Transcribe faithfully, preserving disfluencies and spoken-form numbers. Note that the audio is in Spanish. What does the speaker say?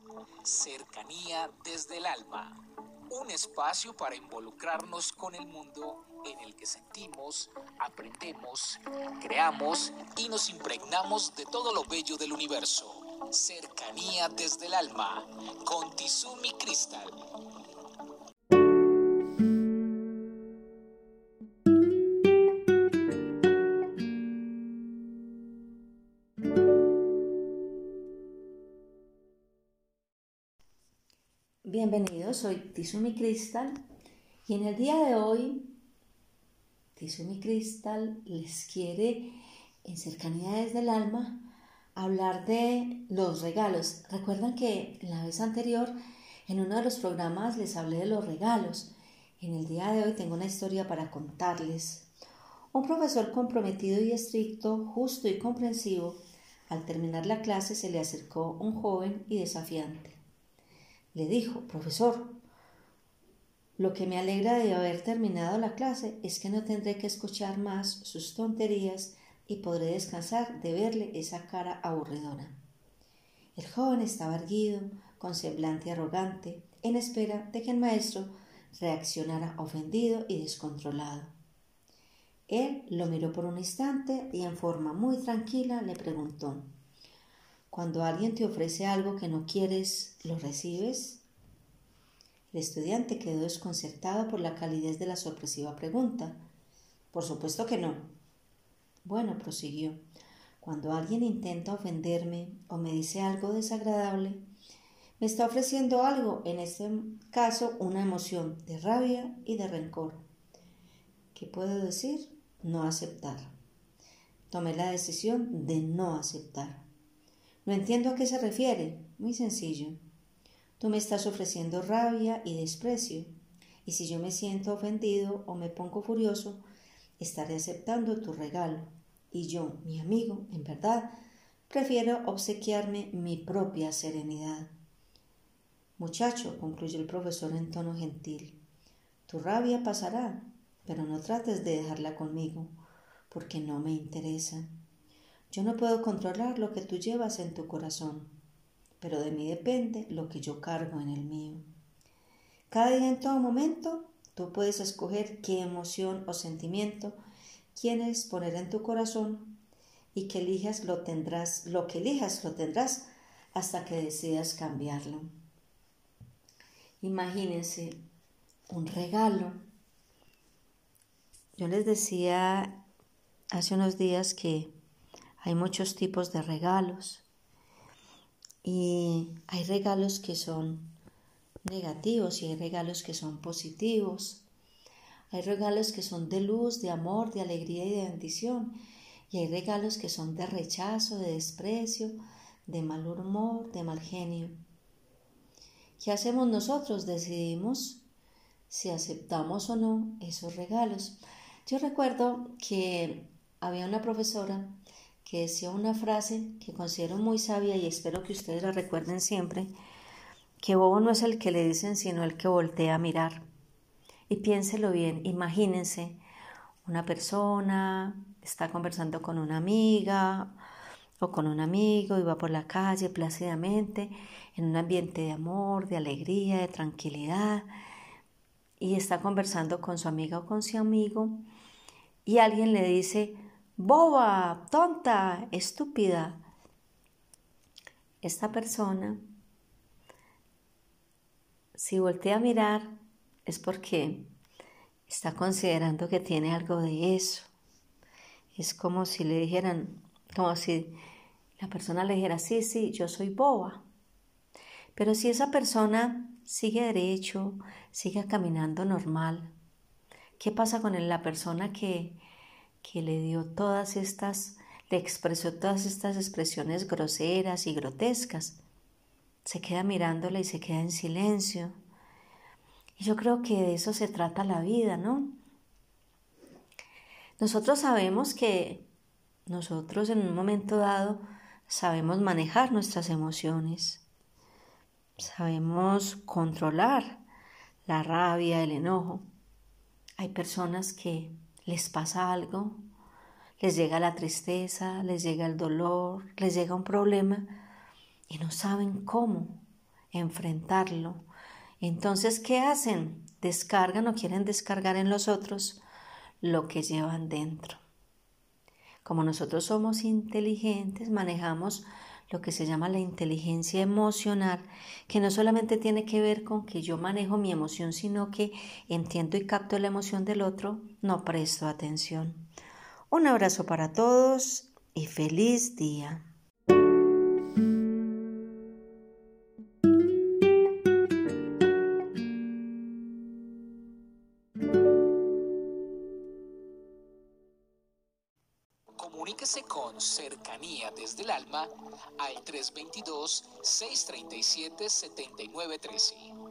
Cercanía desde el alma. Un espacio para involucrarnos con el mundo en el que sentimos, aprendemos, creamos y nos impregnamos de todo lo bello del universo. Cercanía desde el alma, con Tizumi Crystal. Bienvenidos, soy Tizumi Crystal y en el día de hoy Tizumi Crystal les quiere, en Cercanía desde el alma, hablar de los regalos. Recuerdan que la vez anterior en uno de los programas les hablé de los regalos. En el día de hoy tengo una historia para contarles. Un profesor comprometido y estricto, justo y comprensivo, al terminar la clase se le acercó un joven y desafiante. Le dijo: profesor, lo que me alegra de haber terminado la clase es que no tendré que escuchar más sus tonterías y podré descansar de verle esa cara aburridora. El joven estaba erguido, con semblante arrogante, en espera de que el maestro reaccionara ofendido y descontrolado. Él lo miró por un instante y en forma muy tranquila le preguntó: ¿cuando alguien te ofrece algo que no quieres, lo recibes? El estudiante quedó desconcertado por la calidez de la sorpresiva pregunta. Por supuesto que no. Bueno, prosiguió, cuando alguien intenta ofenderme o me dice algo desagradable, me está ofreciendo algo, en este caso una emoción de rabia y de rencor. ¿Qué puedo decir? No aceptar. Tomé la decisión de no aceptar. No entiendo a qué se refiere. Muy sencillo. Tú me estás ofreciendo rabia y desprecio, y si yo me siento ofendido o me pongo furioso, estaré aceptando tu regalo, y yo, mi amigo, en verdad, prefiero obsequiarme mi propia serenidad. Muchacho, concluyó el profesor en tono gentil, tu rabia pasará, pero no trates de dejarla conmigo, porque no me interesa. Yo no puedo controlar lo que tú llevas en tu corazón, pero de mí depende lo que yo cargo en el mío. Cada día, en todo momento, tú puedes escoger qué emoción o sentimiento quieres poner en tu corazón y que elijas lo tendrás, lo que elijas lo tendrás hasta que decidas cambiarlo. Imagínense un regalo. Yo les decía hace unos días que hay muchos tipos de regalos y hay regalos que son negativos y hay regalos que son positivos. Hay regalos que son de luz, de amor, de alegría y de bendición. Y hay regalos que son de rechazo, de desprecio, de mal humor, de mal genio. ¿Qué hacemos nosotros? Decidimos si aceptamos o no esos regalos. Yo recuerdo que había una profesora que decía una frase que considero muy sabia y espero que ustedes la recuerden siempre, que bobo no es el que le dicen, sino el que voltea a mirar. Y piénselo bien, imagínense, una persona está conversando con una amiga o con un amigo y va por la calle plácidamente, en un ambiente de amor, de alegría, de tranquilidad, y está conversando con su amiga o con su amigo, y alguien le dice: boba, tonta, estúpida. Esta persona, si voltea a mirar, es porque está considerando que tiene algo de eso. Es como si le dijeran, como si la persona le dijera: sí, sí, yo soy boba. Pero si esa persona sigue derecho, sigue caminando normal, ¿qué pasa con la persona que, que le dio todas estas, le expresó todas estas expresiones groseras y grotescas? Se queda mirándola y se queda en silencio. Y yo creo que de eso se trata la vida, ¿no? Nosotros sabemos que nosotros en un momento dado sabemos manejar nuestras emociones, sabemos controlar la rabia, el enojo. Hay personas que les pasa algo, les llega la tristeza, les llega el dolor, les llega un problema y no saben cómo. enfrentarlo. Entonces, ¿qué hacen? Descargan o quieren descargar en los otros lo que llevan dentro. Como nosotros somos inteligentes, manejamos lo que se llama la inteligencia emocional, que no solamente tiene que ver con que yo manejo mi emoción, sino que entiendo y capto la emoción del otro, no presto atención. Un abrazo para todos y feliz día. Comuníquese con Cercanía desde el Alma al tres dos dos, seis tres siete, siete nueve uno tres.